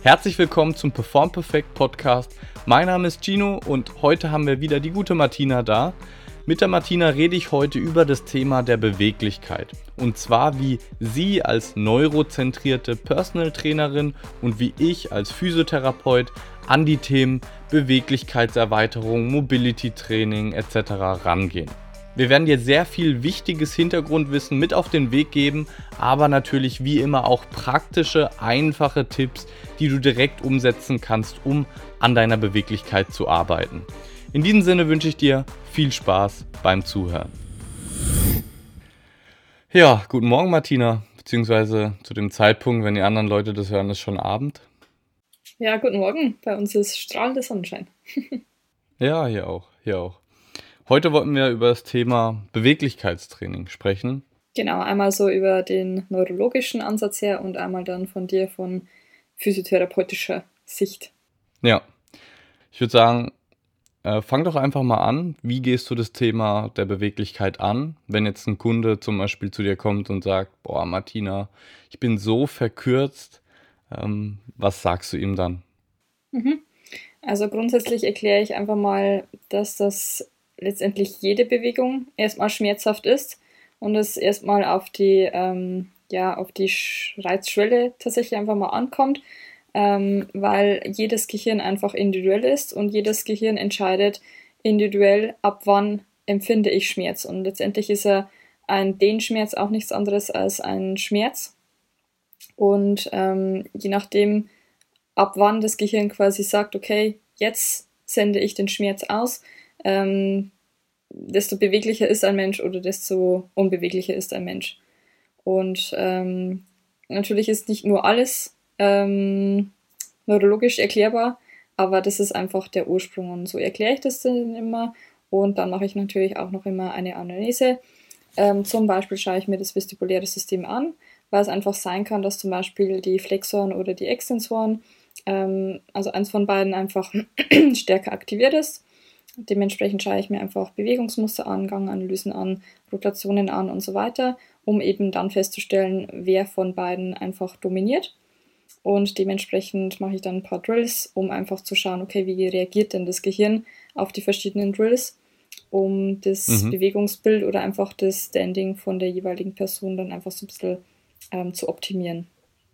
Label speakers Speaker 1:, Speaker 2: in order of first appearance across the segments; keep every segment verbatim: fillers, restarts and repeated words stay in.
Speaker 1: Herzlich willkommen zum Perform Perfect Podcast. Mein Name ist Gino und heute haben wir wieder die gute Martina da. Mit der Martina rede ich heute über das Thema der Beweglichkeit. Und zwar, wie sie als neurozentrierte Personal Trainerin und wie ich als Physiotherapeut an die Themen Beweglichkeitserweiterung, Mobility Training et cetera rangehen. Wir werden dir sehr viel wichtiges Hintergrundwissen mit auf den Weg geben, aber natürlich wie immer auch praktische, einfache Tipps, die du direkt umsetzen kannst, um an deiner Beweglichkeit zu arbeiten. In diesem Sinne wünsche ich dir viel Spaß beim Zuhören. Ja, guten Morgen Martina, beziehungsweise zu dem Zeitpunkt, wenn die anderen Leute das hören, ist schon Abend.
Speaker 2: Ja, guten Morgen. Bei uns ist strahlender Sonnenschein.
Speaker 1: Ja, hier auch, hier auch. Heute wollten wir über das Thema Beweglichkeitstraining sprechen.
Speaker 2: Genau, einmal so über den neurologischen Ansatz her und einmal dann von dir von physiotherapeutischer Sicht.
Speaker 1: Ja, ich würde sagen, äh, fang doch einfach mal an. Wie gehst du das Thema der Beweglichkeit an, wenn jetzt ein Kunde zum Beispiel zu dir kommt und sagt, boah Martina, ich bin so verkürzt, ähm, was sagst du ihm dann?
Speaker 2: Mhm. Also grundsätzlich erkläre ich einfach mal, dass das letztendlich jede Bewegung erstmal schmerzhaft ist und es erstmal auf die, ähm, ja, auf die Reizschwelle tatsächlich einfach mal ankommt, ähm, weil jedes Gehirn einfach individuell ist und jedes Gehirn entscheidet individuell, ab wann empfinde ich Schmerz. Und letztendlich ist ja ein Dehnschmerz auch nichts anderes als ein Schmerz. Und ähm, je nachdem, ab wann das Gehirn quasi sagt, okay, jetzt sende ich den Schmerz aus, ähm, desto beweglicher ist ein Mensch oder desto unbeweglicher ist ein Mensch. Und ähm, natürlich ist nicht nur alles ähm, neurologisch erklärbar, aber das ist einfach der Ursprung und so erkläre ich das dann immer und dann mache ich natürlich auch noch immer eine Anamnese. Ähm, zum Beispiel schaue ich mir das vestibuläre System an, weil es einfach sein kann, dass zum Beispiel die Flexoren oder die Extensoren, ähm, also eins von beiden einfach stärker aktiviert ist. Dementsprechend schaue ich mir einfach Bewegungsmuster an, Ganganalysen an, Rotationen an und so weiter, um eben dann festzustellen, wer von beiden einfach dominiert. Und dementsprechend mache ich dann ein paar Drills, um einfach zu schauen, okay, wie reagiert denn das Gehirn auf die verschiedenen Drills, um das
Speaker 1: Mhm.
Speaker 2: Bewegungsbild oder einfach das Standing von der jeweiligen Person dann einfach so ein bisschen ähm, zu optimieren.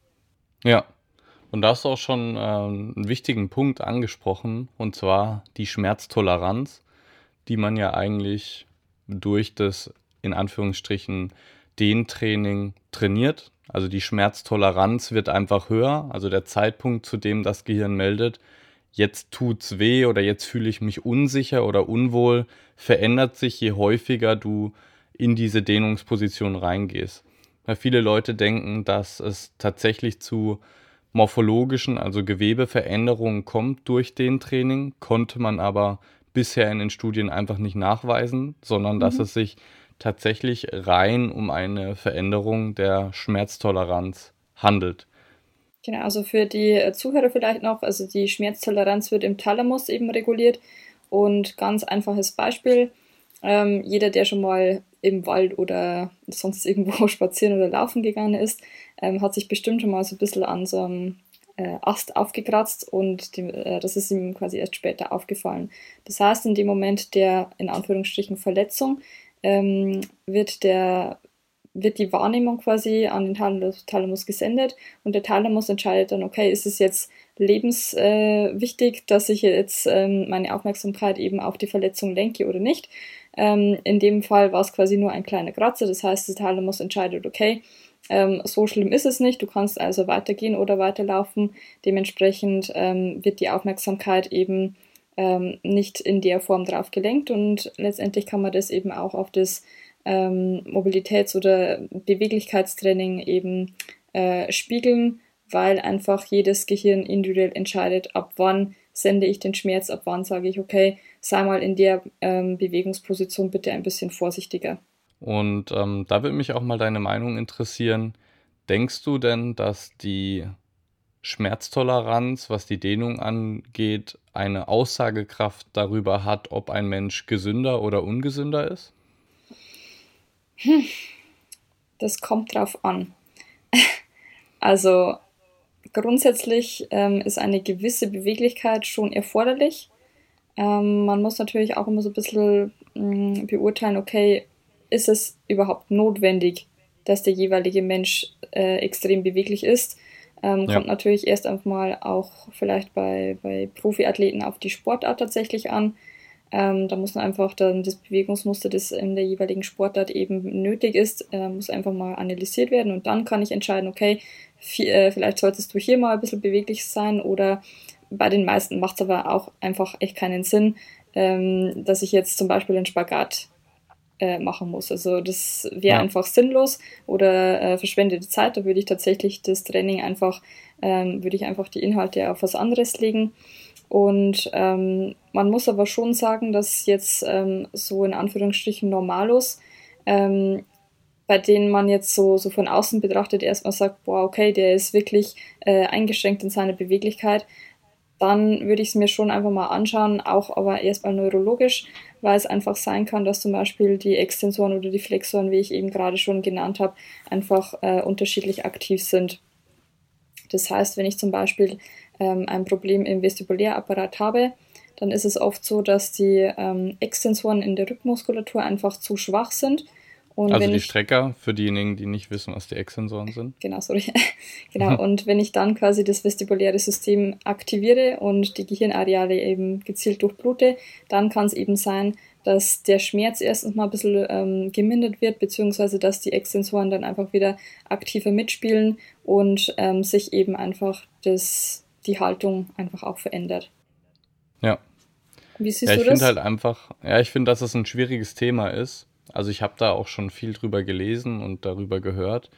Speaker 1: Ja, und da hast du auch schon ähm, einen wichtigen Punkt angesprochen, und zwar die Schmerztoleranz, die man ja eigentlich durch das, in Anführungsstrichen, Dehntraining trainiert. Also die Schmerztoleranz wird einfach höher, also der Zeitpunkt, zu dem das Gehirn meldet, jetzt tut's weh oder jetzt fühle ich mich unsicher oder unwohl, verändert sich, je häufiger du in diese Dehnungsposition reingehst. Weil viele Leute denken, dass es tatsächlich zu morphologischen, also Gewebeveränderungen kommt durch den Training, konnte man aber bisher in den Studien einfach nicht nachweisen, sondern dass
Speaker 2: Mhm.
Speaker 1: es sich tatsächlich rein um eine Veränderung der Schmerztoleranz handelt.
Speaker 2: Genau, also für die äh, Zuhörer vielleicht noch, also die Schmerztoleranz wird im Thalamus eben reguliert und ganz einfaches Beispiel, ähm, jeder, der schon mal im Wald oder sonst irgendwo spazieren oder laufen gegangen ist, ähm, hat sich bestimmt schon mal so ein bisschen an so einem äh, Ast aufgekratzt und dem, äh, das ist ihm quasi erst später aufgefallen. Das heißt, in dem Moment der, in Anführungsstrichen, Verletzung ähm, wird der wird die Wahrnehmung quasi an den Thalamus, Thalamus gesendet und der Thalamus entscheidet dann, okay, ist es jetzt lebenswichtig, äh, dass ich jetzt ähm, meine Aufmerksamkeit eben auf die Verletzung lenke oder nicht. Ähm, in dem Fall war es quasi nur ein kleiner Kratzer, das heißt, der Thalamus entscheidet, okay, ähm, so schlimm ist es nicht, du kannst also weitergehen oder weiterlaufen. Dementsprechend ähm, wird die Aufmerksamkeit eben ähm, nicht in der Form drauf gelenkt und letztendlich kann man das eben auch auf das ähm, Mobilitäts- oder Beweglichkeitstraining eben äh, spiegeln, weil einfach jedes Gehirn individuell entscheidet, ab wann sende ich den Schmerz, ab wann sage ich, okay, sei mal in der ähm, Bewegungsposition bitte ein bisschen vorsichtiger.
Speaker 1: Und ähm, da würde mich auch mal deine Meinung interessieren. Denkst du denn, dass die Schmerztoleranz, was die Dehnung angeht, eine Aussagekraft darüber hat, ob ein Mensch gesünder oder ungesünder ist?
Speaker 2: Das kommt drauf an. Also grundsätzlich ähm, ist eine gewisse Beweglichkeit schon erforderlich. Ähm, man muss natürlich auch immer so ein bisschen mh, beurteilen, okay, ist es überhaupt notwendig, dass der jeweilige Mensch äh, extrem beweglich ist. Ähm,
Speaker 1: Ja,
Speaker 2: kommt natürlich erst einfach mal auch vielleicht bei, bei Profiathleten auf die Sportart tatsächlich an. Ähm, da muss man einfach dann das Bewegungsmuster, das in der jeweiligen Sportart eben nötig ist, äh, muss einfach mal analysiert werden und dann kann ich entscheiden, okay, viel, äh, vielleicht solltest du hier mal ein bisschen beweglich sein oder bei den meisten macht es aber auch einfach echt keinen Sinn, ähm, dass ich jetzt zum Beispiel einen Spagat äh, machen muss. Also das wäre
Speaker 1: ja,
Speaker 2: einfach sinnlos oder äh, verschwendete Zeit. Da würde ich tatsächlich das Training einfach, ähm, würde ich einfach die Inhalte auf was anderes legen. Und ähm, man muss aber schon sagen, dass jetzt ähm, so in Anführungsstrichen Normalos, ähm, bei denen man jetzt so, so von außen betrachtet erstmal sagt, boah, okay, der ist wirklich äh, eingeschränkt in seiner Beweglichkeit, dann würde ich es mir schon einfach mal anschauen, auch aber erstmal neurologisch, weil es einfach sein kann, dass zum Beispiel die Extensoren oder die Flexoren, wie ich eben gerade schon genannt habe, einfach äh, unterschiedlich aktiv sind. Das heißt, wenn ich zum Beispiel ähm, ein Problem im Vestibularapparat habe, dann ist es oft so, dass die ähm, Extensoren in der Rückenmuskulatur einfach zu schwach sind. Und
Speaker 1: also
Speaker 2: wenn
Speaker 1: die
Speaker 2: ich
Speaker 1: Strecker, für diejenigen, die nicht wissen, was die Extensoren sind.
Speaker 2: Genau, sorry. Genau, und wenn ich dann quasi das vestibuläre System aktiviere und die Gehirnareale eben gezielt durchblute, dann kann es eben sein, dass der Schmerz erstens mal ein bisschen ähm, gemindert wird, beziehungsweise dass die Extensoren dann einfach wieder aktiver mitspielen und ähm, sich eben einfach das, die Haltung einfach auch verändert.
Speaker 1: Ja.
Speaker 2: Wie
Speaker 1: Ja,
Speaker 2: siehst du
Speaker 1: ich finde
Speaker 2: das?
Speaker 1: halt einfach, ja, ich finde, dass es ein schwieriges Thema ist. Also ich habe da auch schon viel drüber gelesen und darüber gehört.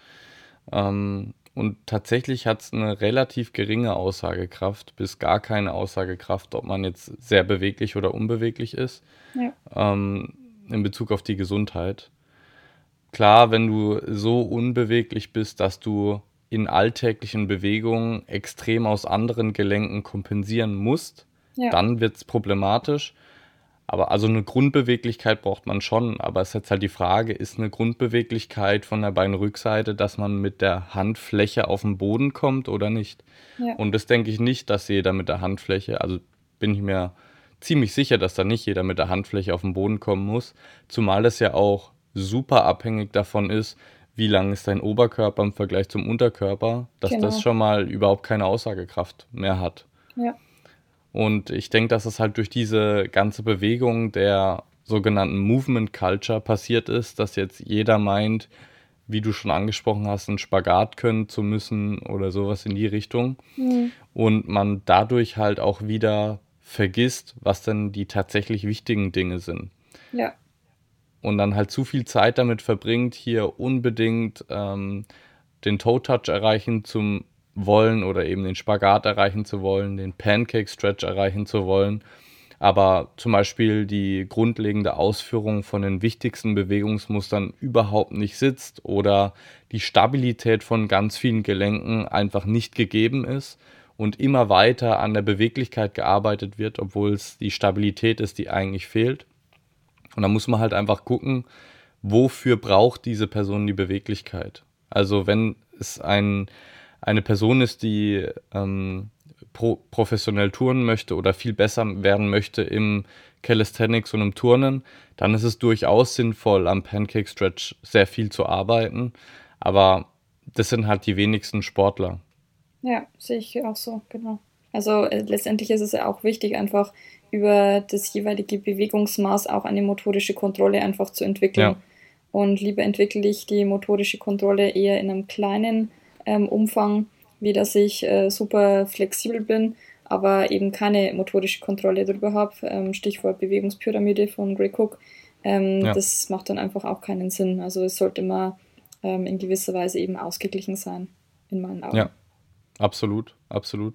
Speaker 1: Ähm, und tatsächlich hat es eine relativ geringe Aussagekraft, bis gar keine Aussagekraft, ob man jetzt sehr beweglich oder unbeweglich ist,
Speaker 2: Ja,
Speaker 1: ähm, in Bezug auf die Gesundheit. Klar, wenn du so unbeweglich bist, dass du in alltäglichen Bewegungen extrem aus anderen Gelenken kompensieren musst,
Speaker 2: ja,
Speaker 1: dann wird es problematisch. Aber also eine Grundbeweglichkeit braucht man schon, aber es ist jetzt halt die Frage, ist eine Grundbeweglichkeit von der Beinrückseite, dass man mit der Handfläche auf den Boden kommt oder nicht?
Speaker 2: ja,
Speaker 1: Und das denke ich nicht, dass jeder mit der Handfläche, also bin ich mir ziemlich sicher, dass da nicht jeder mit der Handfläche auf den Boden kommen muss, zumal es ja auch super abhängig davon ist, wie lang ist dein Oberkörper im Vergleich zum Unterkörper, dass das
Speaker 2: genau.
Speaker 1: schon mal überhaupt keine Aussagekraft mehr hat.
Speaker 2: Ja,
Speaker 1: Und ich denke, dass es halt durch diese ganze Bewegung der sogenannten Movement Culture passiert ist, dass jetzt jeder meint, wie du schon angesprochen hast, einen Spagat können zu müssen oder sowas in die Richtung.
Speaker 2: mhm.
Speaker 1: Und man dadurch halt auch wieder vergisst, was denn die tatsächlich wichtigen Dinge sind.
Speaker 2: Ja,
Speaker 1: Und dann halt zu viel Zeit damit verbringt, hier unbedingt ähm, den Toe-Touch erreichen zu wollen oder eben den Spagat erreichen zu wollen, den Pancake-Stretch erreichen zu wollen, aber zum Beispiel die grundlegende Ausführung von den wichtigsten Bewegungsmustern überhaupt nicht sitzt oder die Stabilität von ganz vielen Gelenken einfach nicht gegeben ist und immer weiter an der Beweglichkeit gearbeitet wird, obwohl es die Stabilität ist, die eigentlich fehlt. Und da muss man halt einfach gucken, wofür braucht diese Person die Beweglichkeit. Also wenn es ein, eine Person ist, die ähm, pro, professionell touren möchte oder viel besser werden möchte im Calisthenics und im Turnen, dann ist es durchaus sinnvoll, am Pancake Stretch sehr viel zu arbeiten. Aber das sind halt die wenigsten Sportler.
Speaker 2: ja, sehe ich auch so, genau. Also äh, letztendlich ist es ja auch wichtig, einfach über das jeweilige Bewegungsmaß auch eine motorische Kontrolle einfach zu entwickeln.
Speaker 1: Ja,
Speaker 2: Und lieber entwickle ich die motorische Kontrolle eher in einem kleinen ähm, Umfang, wie dass ich äh, super flexibel bin, aber eben keine motorische Kontrolle darüber habe. Ähm, Stichwort Bewegungspyramide von Gray Cook. Ähm,
Speaker 1: ja,
Speaker 2: das macht dann einfach auch keinen Sinn. Also es sollte immer ähm, in gewisser Weise eben ausgeglichen sein, in meinen
Speaker 1: ja,
Speaker 2: Augen.
Speaker 1: absolut, absolut.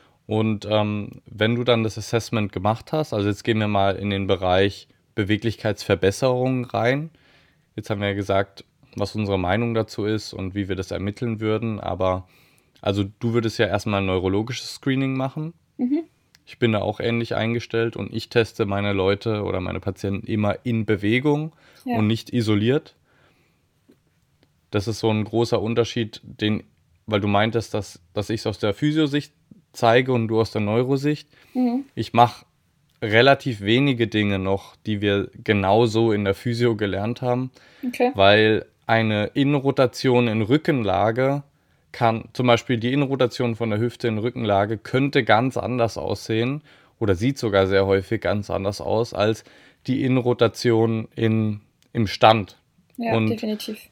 Speaker 1: Und ähm, wenn du dann das Assessment gemacht hast, also jetzt gehen wir mal in den Bereich Beweglichkeitsverbesserung rein. Jetzt haben wir ja gesagt, was unsere Meinung dazu ist und wie wir das ermitteln würden. Aber also du würdest ja erstmal ein neurologisches Screening machen.
Speaker 2: Mhm.
Speaker 1: Ich bin da auch ähnlich eingestellt und ich teste meine Leute oder meine Patienten immer in Bewegung
Speaker 2: Ja,
Speaker 1: und nicht isoliert. Das ist so ein großer Unterschied, den weil du meintest, dass, dass ich es aus der Physiosicht zeige und du aus der Neurosicht.
Speaker 2: Mhm.
Speaker 1: Ich mache relativ wenige Dinge noch, die wir genauso in der Physio gelernt haben,
Speaker 2: Okay.
Speaker 1: weil eine Innenrotation in Rückenlage kann, zum Beispiel die Innenrotation von der Hüfte in Rückenlage könnte ganz anders aussehen oder sieht sogar sehr häufig ganz anders aus als die Innenrotation in, im Stand.
Speaker 2: Ja,
Speaker 1: Und,
Speaker 2: definitiv.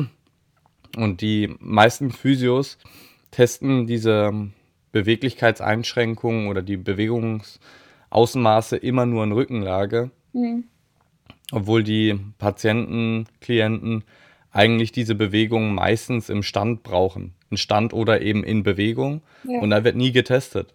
Speaker 1: und die meisten Physios testen diese Beweglichkeitseinschränkungen oder die Bewegungsaußenmaße immer nur in Rückenlage,
Speaker 2: Mhm.
Speaker 1: obwohl die Patienten, Klienten eigentlich diese Bewegung meistens im Stand brauchen. In Stand oder eben in Bewegung.
Speaker 2: Ja.
Speaker 1: Und da wird nie getestet.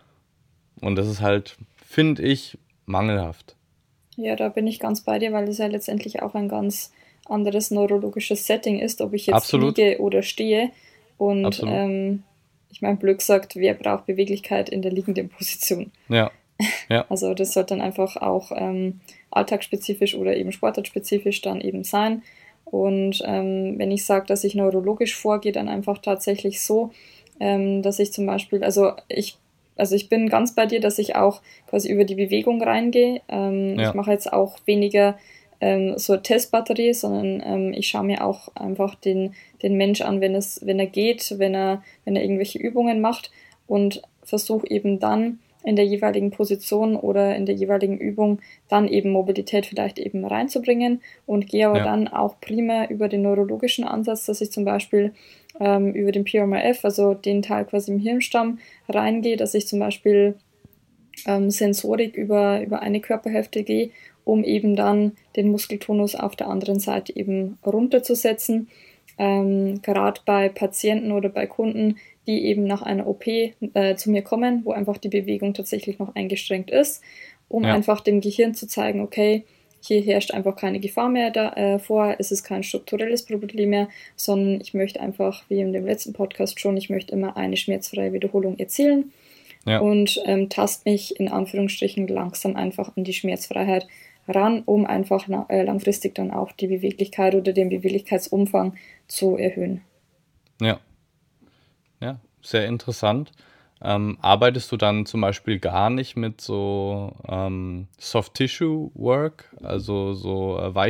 Speaker 1: Und das ist halt, finde ich, mangelhaft.
Speaker 2: Ja, da bin ich ganz bei dir, weil es ja letztendlich auch ein ganz anderes neurologisches Setting ist, ob ich jetzt
Speaker 1: Absolut.
Speaker 2: liege oder stehe. Und
Speaker 1: Absolut.
Speaker 2: ähm, ich meine, blöd gesagt, wer braucht Beweglichkeit in der liegenden Position?
Speaker 1: Ja. Ja.
Speaker 2: Also das sollte dann einfach auch ähm, alltagsspezifisch oder eben sportartspezifisch dann eben sein. Und ähm, wenn ich sage, dass ich neurologisch vorgehe, dann einfach tatsächlich so, ähm, dass ich zum Beispiel, also ich, also ich bin ganz bei dir, dass ich auch quasi über die Bewegung reingehe. Ähm,
Speaker 1: Ja.
Speaker 2: Ich mache jetzt auch weniger ähm, so eine Testbatterie, sondern ähm, ich schaue mir auch einfach den, den Mensch an, wenn es, wenn er geht, wenn er, wenn er irgendwelche Übungen macht und versuche eben dann in der jeweiligen Position oder in der jeweiligen Übung dann eben Mobilität vielleicht eben reinzubringen und gehe aber
Speaker 1: Ja.
Speaker 2: dann auch primär über den neurologischen Ansatz, dass ich zum Beispiel ähm, über den P R M F, also den Teil quasi im Hirnstamm, reingehe, dass ich zum Beispiel ähm, Sensorik über, über eine Körperhälfte gehe, um eben dann den Muskeltonus auf der anderen Seite eben runterzusetzen. Ähm, gerade bei Patienten oder bei Kunden, die eben nach einer O P äh, zu mir kommen, wo einfach die Bewegung tatsächlich noch eingeschränkt ist, um
Speaker 1: Ja.
Speaker 2: einfach dem Gehirn zu zeigen, okay, hier herrscht einfach keine Gefahr mehr da, äh, vor, es ist kein strukturelles Problem mehr, sondern ich möchte einfach, wie in dem letzten Podcast schon, ich möchte immer eine schmerzfreie Wiederholung erzielen
Speaker 1: Ja.
Speaker 2: und ähm, tast mich in Anführungsstrichen langsam einfach an die Schmerzfreiheit ran, um einfach na, äh, langfristig dann auch die Beweglichkeit oder den Beweglichkeitsumfang zu erhöhen.
Speaker 1: Ja. Ja, sehr interessant. Ähm, arbeitest du dann zum Beispiel gar nicht mit so ähm, Soft-Tissue-Work, also so äh,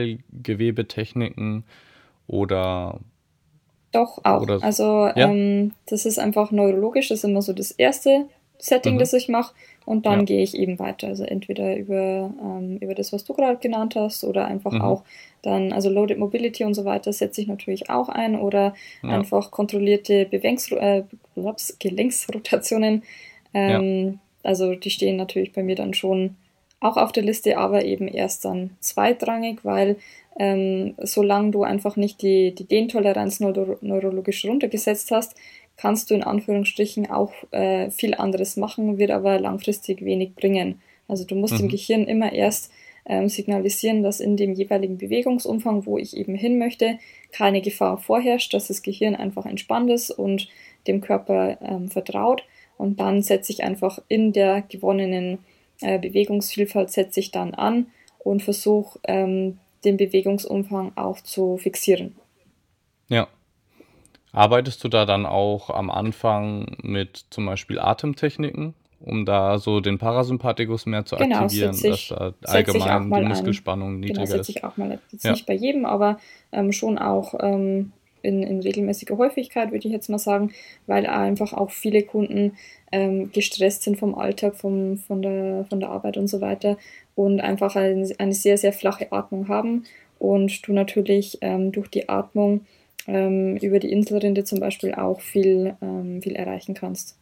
Speaker 1: Weichteilgewebetechniken oder,
Speaker 2: Doch, auch.
Speaker 1: oder so?
Speaker 2: Also
Speaker 1: Ja?
Speaker 2: ähm, das ist einfach neurologisch, das ist immer so das erste Setting,
Speaker 1: Mhm.
Speaker 2: das ich mache. Und dann
Speaker 1: Ja.
Speaker 2: gehe ich eben weiter. Also entweder über, ähm, über das, was du gerade genannt hast, oder einfach
Speaker 1: Mhm.
Speaker 2: auch dann, also Loaded Mobility und so weiter setze ich natürlich auch ein oder
Speaker 1: Ja.
Speaker 2: einfach kontrollierte Bewenks äh, ups, Gelenksrotationen. Ähm, Also die stehen natürlich bei mir dann schon auch auf der Liste, aber eben erst dann zweitrangig, weil ähm, solange du einfach nicht die, die Dehntoleranz neuro neurologisch runtergesetzt hast, kannst du in Anführungsstrichen auch äh, viel anderes machen, wird aber langfristig wenig bringen. Also du musst dem
Speaker 1: Mhm.
Speaker 2: Gehirn immer erst ähm, signalisieren, dass in dem jeweiligen Bewegungsumfang, wo ich eben hin möchte, keine Gefahr vorherrscht, dass das Gehirn einfach entspannt ist und dem Körper ähm, vertraut. Und dann setze ich einfach in der gewonnenen äh, Bewegungsvielfalt setze ich dann an und versuche ähm, den Bewegungsumfang auch zu fixieren.
Speaker 1: Ja. Arbeitest du da dann auch am Anfang mit zum Beispiel Atemtechniken, um da so den Parasympathikus mehr zu
Speaker 2: Genau,
Speaker 1: aktivieren,
Speaker 2: setze
Speaker 1: dass
Speaker 2: ich,
Speaker 1: da
Speaker 2: setze ich auch
Speaker 1: allgemein die
Speaker 2: mal ein.
Speaker 1: Muskelspannung
Speaker 2: Genau,
Speaker 1: niedriger
Speaker 2: setze
Speaker 1: ist?
Speaker 2: ich auch mal jetzt
Speaker 1: Ja.
Speaker 2: nicht bei jedem, aber ähm, schon auch ähm, in, in regelmäßiger Häufigkeit, würde ich jetzt mal sagen, weil einfach auch viele Kunden ähm, gestresst sind vom Alltag, vom, von, der, von der Arbeit und so weiter und einfach eine, eine sehr, sehr flache Atmung haben und du natürlich ähm, durch die Atmung ähm, über die Inselrinde zum Beispiel auch viel, ähm, viel erreichen kannst.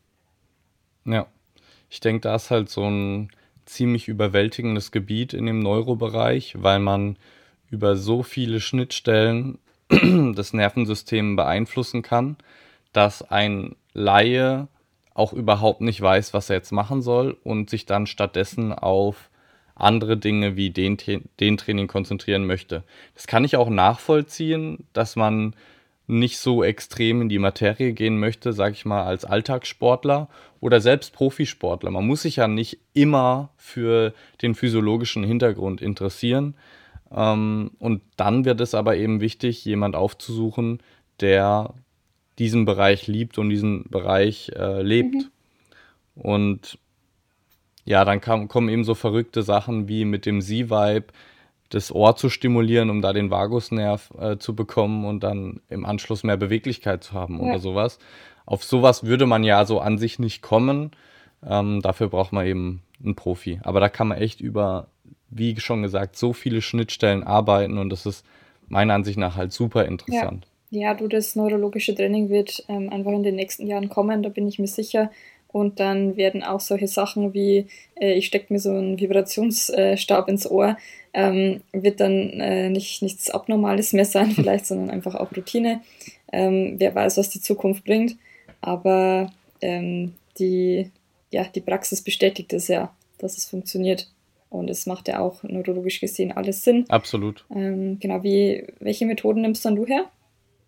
Speaker 1: Ja. Ich denke, da ist halt so ein ziemlich überwältigendes Gebiet in dem Neurobereich, weil man über so viele Schnittstellen das Nervensystem beeinflussen kann, dass ein Laie auch überhaupt nicht weiß, was er jetzt machen soll und sich dann stattdessen auf andere Dinge wie den, den Training konzentrieren möchte. Das kann ich auch nachvollziehen, dass man nicht so extrem in die Materie gehen möchte, sage ich mal, als Alltagssportler oder selbst Profisportler. Man muss sich ja nicht immer für den physiologischen Hintergrund interessieren. Ähm, und dann wird es aber eben wichtig, jemand aufzusuchen, der diesen Bereich liebt und diesen Bereich äh, lebt.
Speaker 2: Mhm.
Speaker 1: Und ja, dann kam, kommen eben so verrückte Sachen wie mit dem Z-Vibe, das Ohr zu stimulieren, um da den Vagusnerv äh, zu bekommen und dann im Anschluss mehr Beweglichkeit zu haben oder
Speaker 2: Ja.
Speaker 1: sowas. Auf sowas würde man ja so an sich nicht kommen. Ähm, dafür braucht man eben einen Profi. Aber da kann man echt über, wie schon gesagt, so viele Schnittstellen arbeiten und das ist meiner Ansicht nach halt super
Speaker 2: Ja.
Speaker 1: interessant.
Speaker 2: Ja, du, das neurologische Training wird ähm, einfach in den nächsten Jahren kommen, da bin ich mir sicher. Und dann werden auch solche Sachen wie, äh, ich stecke mir so einen Vibrationsstab ins Ohr, ähm, wird dann äh, nicht nichts Abnormales mehr sein, vielleicht, sondern einfach auch Routine. Ähm, wer weiß, was die Zukunft bringt. Aber ähm, die, ja, die Praxis bestätigt es ja, dass es funktioniert. Und es macht ja auch neurologisch gesehen alles Sinn.
Speaker 1: Absolut.
Speaker 2: Ähm, genau, wie, welche Methoden nimmst dann du her?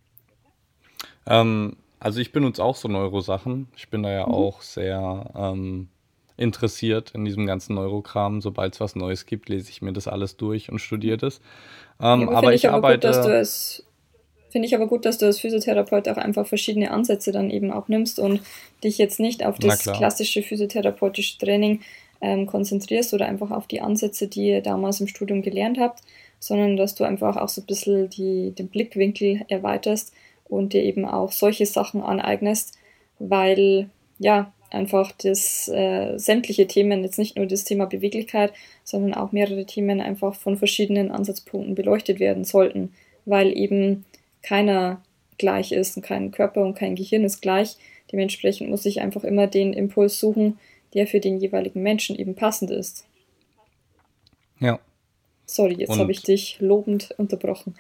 Speaker 1: Ähm, also ich benutze auch so Neurosachen. Ich bin da ja
Speaker 2: Mhm.
Speaker 1: auch sehr ähm, interessiert in diesem ganzen Neurokram. Sobald es was Neues gibt, lese ich mir das alles durch und studiere das.
Speaker 2: Ja,
Speaker 1: Ähm,
Speaker 2: aber
Speaker 1: aber
Speaker 2: finde ich
Speaker 1: ich
Speaker 2: aber gut, dass du
Speaker 1: arbeite,
Speaker 2: als finde ich aber gut, dass du als Physiotherapeut auch einfach verschiedene Ansätze dann eben auch nimmst und dich jetzt nicht auf
Speaker 1: na
Speaker 2: das
Speaker 1: klar,
Speaker 2: klassische physiotherapeutische Training ähm, konzentrierst oder einfach auf die Ansätze, die ihr damals im Studium gelernt habt, sondern dass du einfach auch so ein bisschen die, den Blickwinkel erweiterst und dir eben auch solche Sachen aneignest, weil ja einfach das äh, sämtliche Themen, jetzt nicht nur das Thema Beweglichkeit, sondern auch mehrere Themen einfach von verschiedenen Ansatzpunkten beleuchtet werden sollten, weil eben keiner gleich ist und kein Körper und kein Gehirn ist gleich. Dementsprechend muss ich einfach immer den Impuls suchen, der für den jeweiligen Menschen eben passend ist.
Speaker 1: ja.
Speaker 2: Sorry, jetzt habe ich
Speaker 1: Und
Speaker 2: dich lobend unterbrochen.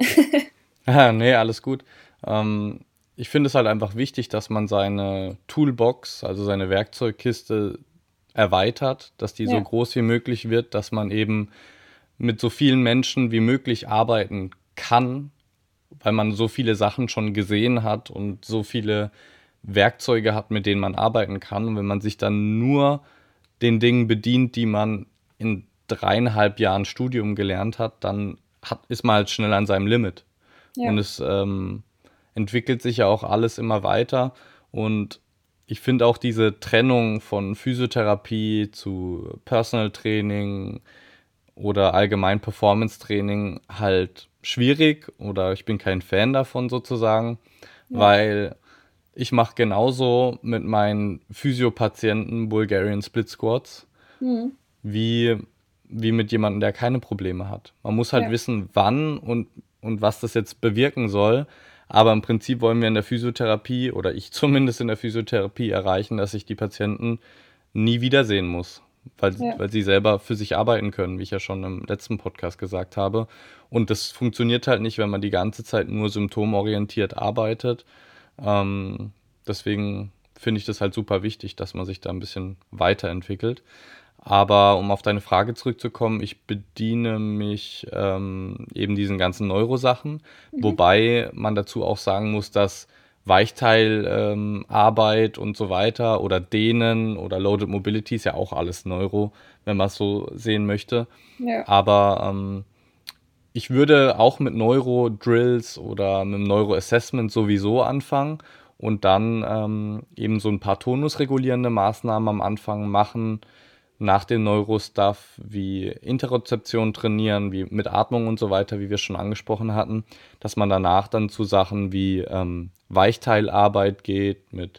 Speaker 1: ah, nee, alles gut. Ähm, ich finde es halt einfach wichtig, dass man seine Toolbox, also seine Werkzeugkiste erweitert, dass die so
Speaker 2: Ja,
Speaker 1: groß wie möglich wird, dass man eben mit so vielen Menschen wie möglich arbeiten kann, weil man so viele Sachen schon gesehen hat und so viele Werkzeuge hat, mit denen man arbeiten kann. Und wenn man sich dann nur den Dingen bedient, die man in dreieinhalb Jahren Studium gelernt hat, dann hat, ist man halt schnell an seinem Limit. Und
Speaker 2: ja,
Speaker 1: es ähm, entwickelt sich ja auch alles immer weiter. Und ich finde auch diese Trennung von Physiotherapie zu Personal Training oder allgemein Performance Training halt schwierig oder ich bin kein Fan davon sozusagen,
Speaker 2: ja.
Speaker 1: weil ich mache genauso mit meinen Physiopatienten Bulgarian Split Squats
Speaker 2: Mhm.
Speaker 1: wie, wie mit jemandem, der keine Probleme hat. Man muss halt
Speaker 2: Ja,
Speaker 1: wissen, wann und, und was das jetzt bewirken soll. Aber im Prinzip wollen wir in der Physiotherapie oder ich zumindest in der Physiotherapie erreichen, dass ich die Patienten nie wiedersehen muss, weil,
Speaker 2: ja,
Speaker 1: weil sie selber für sich arbeiten können, wie ich ja schon im letzten Podcast gesagt habe. Und das funktioniert halt nicht, wenn man die ganze Zeit nur symptomorientiert arbeitet. Ähm, deswegen finde ich das halt super wichtig, dass man sich da ein bisschen weiterentwickelt. Aber um auf deine Frage zurückzukommen, ich bediene mich ähm, eben diesen ganzen Neurosachen,
Speaker 2: mhm.
Speaker 1: wobei man dazu auch sagen muss, dass Weichteilarbeiten ähm, Arbeit und so weiter oder Dehnen oder Loaded Mobility ist ja auch alles Neuro, wenn man es so sehen möchte.
Speaker 2: Ja,
Speaker 1: Aber ähm, ich würde auch mit Neuro-Drills oder mit dem Neuro-Assessment sowieso anfangen und dann ähm, eben so ein paar tonusregulierende Maßnahmen am Anfang machen, nach dem Neurostuff wie Interozeption trainieren, wie mit Atmung und so weiter, wie wir schon angesprochen hatten, dass man danach dann zu Sachen wie ähm, Weichteilarbeit geht mit,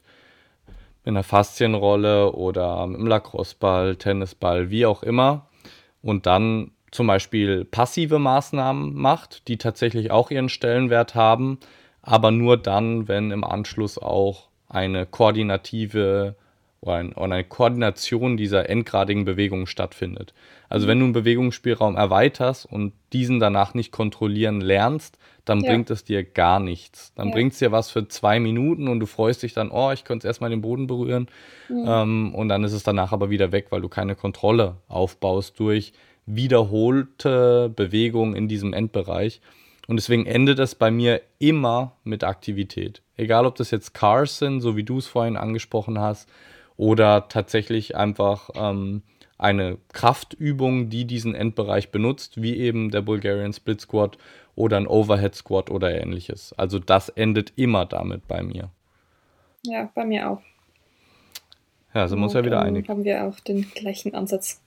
Speaker 1: mit einer Faszienrolle oder mit einem Lacrosseball, Tennisball, wie auch immer und dann zum Beispiel passive Maßnahmen macht, die tatsächlich auch ihren Stellenwert haben, aber nur dann, wenn im Anschluss auch eine koordinative oder, ein, oder eine Koordination dieser endgradigen Bewegung stattfindet. Also
Speaker 2: mhm.
Speaker 1: wenn du einen Bewegungsspielraum erweiterst und diesen danach nicht kontrollieren lernst, dann
Speaker 2: Ja,
Speaker 1: bringt es dir gar nichts. Dann
Speaker 2: ja,
Speaker 1: bringt es dir was für zwei Minuten und du freust dich dann, oh, ich konnte erstmal den Boden berühren.
Speaker 2: mhm.
Speaker 1: Ähm, und dann ist es danach aber wieder weg, weil du keine Kontrolle aufbaust durch wiederholte Bewegung in diesem Endbereich. Und deswegen endet es bei mir immer mit Aktivität. Egal, ob das jetzt Cars sind, so wie du es vorhin angesprochen hast, oder tatsächlich einfach ähm, eine Kraftübung, die diesen Endbereich benutzt, wie eben der Bulgarian Split Squat oder ein Overhead Squat oder ähnliches. Also das endet immer damit bei mir.
Speaker 2: Ja, bei mir auch.
Speaker 1: Ja, sind wir uns
Speaker 2: Ja,
Speaker 1: ja wieder
Speaker 2: dann
Speaker 1: einig.
Speaker 2: haben wir auch den gleichen Ansatz.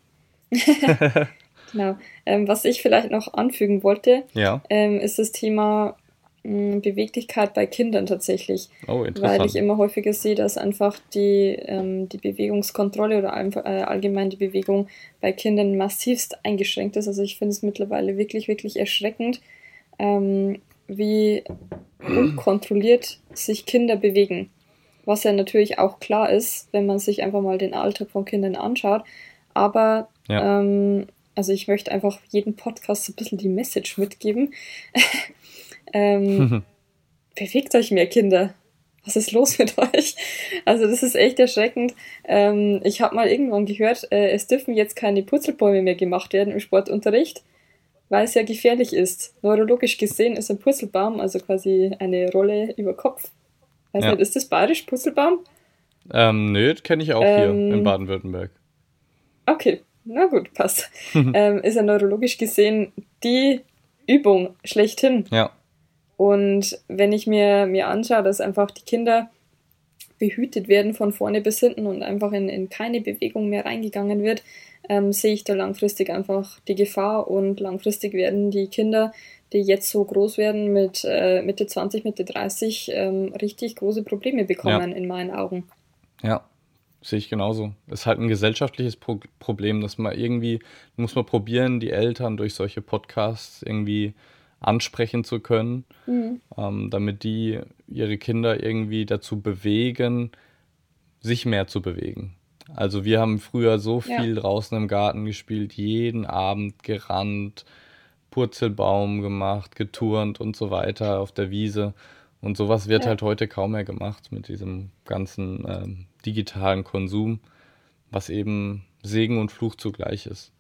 Speaker 2: Genau. Ähm, was ich vielleicht noch anfügen wollte,
Speaker 1: Ja.
Speaker 2: ähm, ist das Thema mh, Beweglichkeit bei Kindern tatsächlich.
Speaker 1: Oh,
Speaker 2: Weil ich
Speaker 1: interessant.
Speaker 2: immer häufiger sehe, dass einfach die, ähm, die Bewegungskontrolle oder einfach, äh, allgemein die Bewegung bei Kindern massivst eingeschränkt ist. Also ich finde es mittlerweile wirklich, wirklich erschreckend, ähm, wie unkontrolliert sich Kinder bewegen. Was ja natürlich auch klar ist, wenn man sich einfach mal den Alltag von Kindern anschaut. Aber
Speaker 1: Ja.
Speaker 2: ähm, also ich möchte einfach jeden Podcast so ein bisschen die Message mitgeben. ähm, bewegt euch mehr, Kinder. Was ist los mit euch? Also das ist echt erschreckend. Ähm, ich habe mal irgendwann gehört, äh, es dürfen jetzt keine Purzelbäume mehr gemacht werden im Sportunterricht, weil es ja gefährlich ist. Neurologisch gesehen ist ein Purzelbaum, also quasi eine Rolle über Kopf. Weiß
Speaker 1: Ja.
Speaker 2: nicht, ist das bayerisch, Purzelbaum?
Speaker 1: Ähm, nö, kenne ich auch hier in
Speaker 2: Ähm,
Speaker 1: Baden-Württemberg.
Speaker 2: okay, na gut, passt. ähm, ist ja neurologisch gesehen die Übung schlechthin.
Speaker 1: Ja.
Speaker 2: Und wenn ich mir, mir anschaue, dass einfach die Kinder behütet werden von vorne bis hinten und einfach in, in keine Bewegung mehr reingegangen wird, ähm, sehe ich da langfristig einfach die Gefahr und langfristig werden die Kinder, die jetzt so groß werden, mit äh, Mitte zwanzig, Mitte dreißig, ähm, richtig große Probleme bekommen,
Speaker 1: Ja.
Speaker 2: in meinen Augen.
Speaker 1: Ja, sehe ich genauso. Ist halt ein gesellschaftliches Pro Problem, dass man irgendwie, muss man probieren, die Eltern durch solche Podcasts irgendwie ansprechen zu können,
Speaker 2: Mhm.
Speaker 1: ähm, damit die ihre Kinder irgendwie dazu bewegen, sich mehr zu bewegen. Also wir haben früher so
Speaker 2: Ja.
Speaker 1: viel draußen im Garten gespielt, jeden Abend gerannt, Purzelbaum gemacht, geturnt und so weiter auf der Wiese. Und sowas wird
Speaker 2: Ja.
Speaker 1: halt heute kaum mehr gemacht mit diesem ganzen ähm, digitalen Konsum, was eben Segen und Fluch zugleich ist.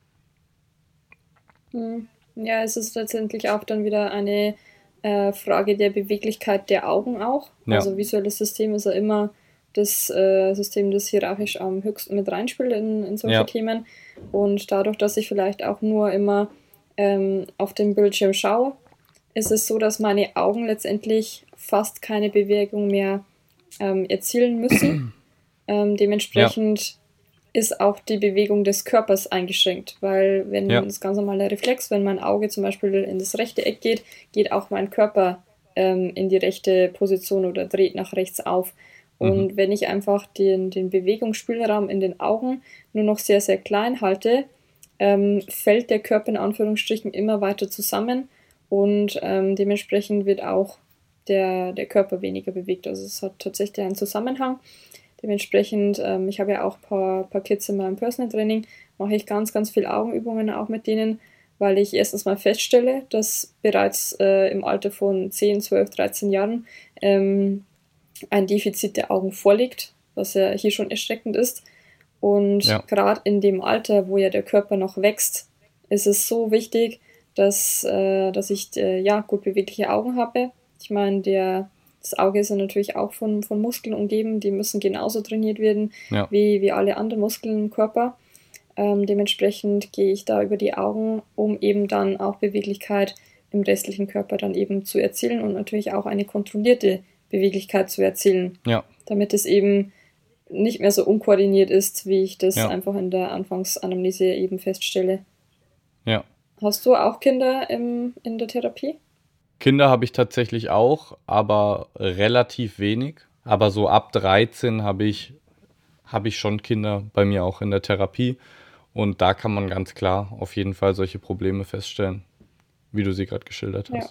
Speaker 2: Mhm. Ja, es ist letztendlich auch dann wieder eine äh, Frage der Beweglichkeit der Augen auch.
Speaker 1: Ja,
Speaker 2: Also visuelles System ist ja immer das äh, System, das hierarchisch am höchsten mit reinspielt in, in solche
Speaker 1: ja,
Speaker 2: Themen. Und dadurch, dass ich vielleicht auch nur immer ähm, auf den Bildschirm schaue, ist es so, dass meine Augen letztendlich fast keine Bewegung mehr ähm, erzielen müssen. Ähm,
Speaker 1: ja,
Speaker 2: dementsprechend ist auch die Bewegung des Körpers eingeschränkt, weil wenn
Speaker 1: ja,
Speaker 2: das ganz normale Reflex, wenn mein Auge zum Beispiel in das rechte Eck geht, geht auch mein Körper ähm, in die rechte Position oder dreht nach rechts auf.
Speaker 1: mhm,
Speaker 2: Und wenn ich einfach den, den Bewegungsspielraum in den Augen nur noch sehr, sehr klein halte, ähm, fällt der Körper in Anführungsstrichen immer weiter zusammen und ähm, dementsprechend wird auch der, der Körper weniger bewegt. Also es hat tatsächlich einen Zusammenhang. Dementsprechend, ähm, ich habe ja auch ein paar, paar Kids in meinem Personal Training, mache ich ganz, ganz viel Augenübungen auch mit denen, weil ich erstens mal feststelle, dass bereits äh, im Alter von zehn, zwölf, dreizehn Jahren ähm, ein Defizit der Augen vorliegt, was ja hier schon erschreckend ist. Und
Speaker 1: ja,
Speaker 2: gerade in dem Alter, wo ja der Körper noch wächst, ist es so wichtig, dass, äh, dass ich äh, ja, gut bewegliche Augen habe. Ich meine, der, das Auge ist ja natürlich auch von, von Muskeln umgeben, die müssen genauso trainiert werden
Speaker 1: ja,
Speaker 2: wie, wie alle anderen Muskeln im Körper. Ähm, dementsprechend gehe ich da über die Augen, um eben dann auch Beweglichkeit im restlichen Körper dann eben zu erzielen und natürlich auch eine kontrollierte Beweglichkeit zu erzielen,
Speaker 1: ja,
Speaker 2: damit es eben nicht mehr so unkoordiniert ist, wie ich das
Speaker 1: ja,
Speaker 2: einfach in der Anfangsanamnese eben feststelle.
Speaker 1: ja.
Speaker 2: Hast du auch Kinder im, in der Therapie?
Speaker 1: Kinder habe ich tatsächlich auch, aber relativ wenig. Aber so ab dreizehn habe ich, habe ich schon Kinder bei mir auch in der Therapie. Und da kann man ganz klar auf jeden Fall solche Probleme feststellen, wie du sie gerade geschildert
Speaker 2: Ja,
Speaker 1: hast.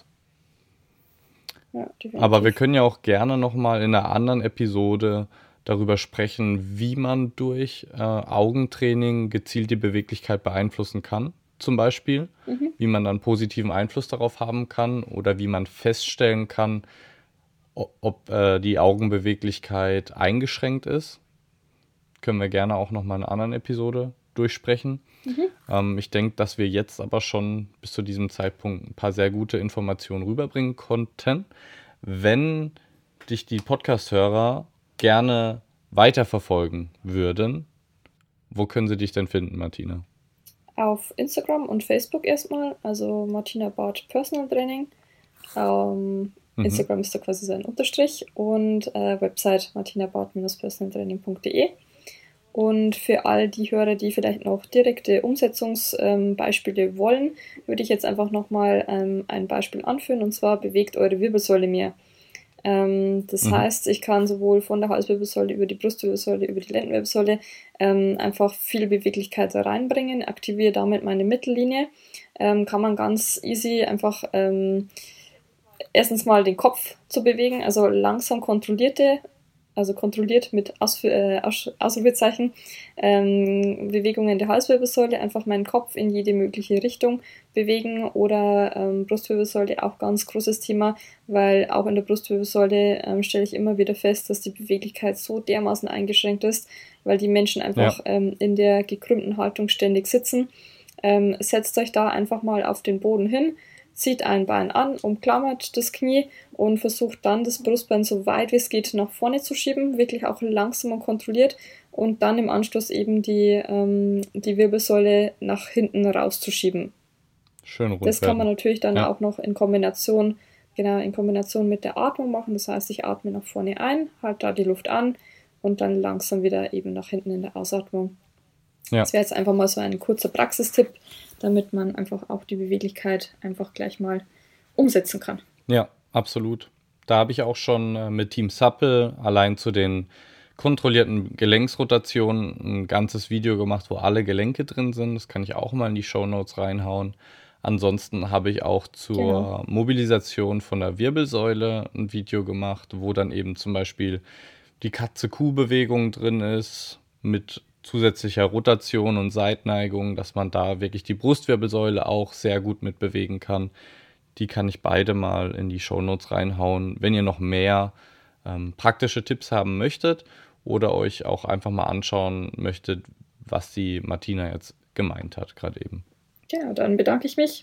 Speaker 2: ja,
Speaker 1: Aber wir
Speaker 2: definitiv.
Speaker 1: können ja auch gerne nochmal in einer anderen Episode darüber sprechen, wie man durch äh, Augentraining gezielt die Beweglichkeit beeinflussen kann, zum Beispiel,
Speaker 2: Mhm.
Speaker 1: wie man dann positiven Einfluss darauf haben kann oder wie man feststellen kann, o- ob äh, die Augenbeweglichkeit eingeschränkt ist. Können wir gerne auch nochmal in einer anderen Episode durchsprechen.
Speaker 2: Mhm.
Speaker 1: Ähm, ich denke, dass wir jetzt aber schon bis zu diesem Zeitpunkt ein paar sehr gute Informationen rüberbringen konnten. Wenn dich die Podcast-Hörer gerne weiterverfolgen würden, wo können sie dich denn finden, Martina?
Speaker 2: Auf Instagram und Facebook erstmal, also Martina Barth Personal Training. Ähm,
Speaker 1: Mhm.
Speaker 2: Instagram ist da quasi so ein Unterstrich und äh, Website martinabaut Bindestrich personal training punkt de. Und für all die Hörer, die vielleicht noch direkte Umsetzungsbeispiele ähm, wollen, würde ich jetzt einfach nochmal ähm, ein Beispiel anführen, und zwar bewegt eure Wirbelsäule mehr. Ähm, das mhm. heißt, ich kann sowohl von der Halswirbelsäule über die Brustwirbelsäule, über die Lendenwirbelsäule ähm, einfach viel Beweglichkeit reinbringen, aktiviere damit meine Mittellinie, ähm, kann man ganz easy einfach ähm, erstens mal den Kopf zu bewegen, also langsam kontrollierte, also kontrolliert mit Aus, äh, Aus, Ausrufezeichen, ähm, Bewegungen der Halswirbelsäule, einfach meinen Kopf in jede mögliche Richtung bewegen, oder ähm, Brustwirbelsäule, auch ganz großes Thema, weil auch in der Brustwirbelsäule ähm, stelle ich immer wieder fest, dass die Beweglichkeit so dermaßen eingeschränkt ist, weil die Menschen einfach ja. ähm, in der gekrümmten Haltung ständig sitzen. Ähm, setzt euch da einfach mal auf den Boden hin, zieht ein Bein an, umklammert das Knie und versucht dann das Brustbein so weit wie es geht nach vorne zu schieben, wirklich auch langsam und kontrolliert, und dann im Anschluss eben die, ähm, die Wirbelsäule nach hinten rauszuschieben.
Speaker 1: Schön rund
Speaker 2: Das kann man
Speaker 1: werden.
Speaker 2: natürlich dann
Speaker 1: Ja.
Speaker 2: auch noch in Kombination, genau, in Kombination mit der Atmung machen. Das heißt, ich atme nach vorne ein, halte da die Luft an und dann langsam wieder eben nach hinten in der Ausatmung. Ja. Das wäre jetzt einfach mal so ein kurzer Praxistipp, damit man einfach auch die Beweglichkeit einfach gleich mal umsetzen kann.
Speaker 1: Ja, absolut. Da habe ich auch schon äh, mit Team Supple allein zu den kontrollierten Gelenksrotationen ein ganzes Video gemacht, wo alle Gelenke drin sind. Das kann ich auch mal in die Shownotes reinhauen. Ansonsten habe ich auch zur genau. Mobilisation von der Wirbelsäule ein Video gemacht, wo dann eben zum Beispiel die Katze-Kuh-Bewegung drin ist mit zusätzlicher Rotation und Seitneigung, dass man da wirklich die Brustwirbelsäule auch sehr gut mit bewegen kann. Die kann ich beide mal in die Shownotes reinhauen, wenn ihr noch mehr ähm, praktische Tipps haben möchtet oder euch auch einfach mal anschauen möchtet, was die Martina jetzt gemeint hat gerade eben.
Speaker 2: Ja, dann bedanke ich mich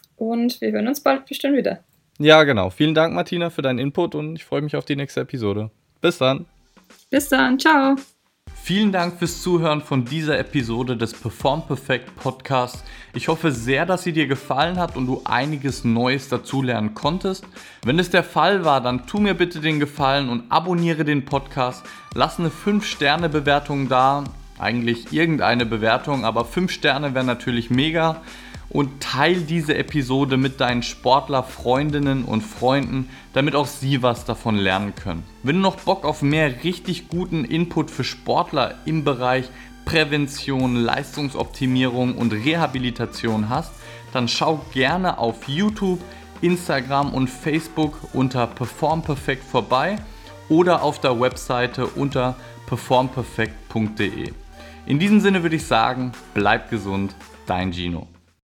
Speaker 2: und wir hören uns bald bestimmt wieder.
Speaker 1: Ja, genau. Vielen Dank, Martina, für deinen Input und ich freue mich auf die nächste Episode. Bis dann.
Speaker 2: Bis dann. Ciao.
Speaker 1: Vielen Dank fürs Zuhören von dieser Episode des Perform Perfect Podcasts. Ich hoffe sehr, dass sie dir gefallen hat und du einiges Neues dazulernen konntest. Wenn es der Fall war, dann tu mir bitte den Gefallen und abonniere den Podcast. Lass eine fünf Sterne Bewertung da. Eigentlich irgendeine Bewertung, aber fünf Sterne wären natürlich mega. Und teile diese Episode mit deinen Sportler-Freundinnen und Freunden, damit auch sie was davon lernen können. Wenn du noch Bock auf mehr richtig guten Input für Sportler im Bereich Prävention, Leistungsoptimierung und Rehabilitation hast, dann schau gerne auf YouTube, Instagram und Facebook unter Perform Perfect vorbei oder auf der Webseite unter perform perfect punkt de. In diesem Sinne würde ich sagen, bleib gesund, dein Gino.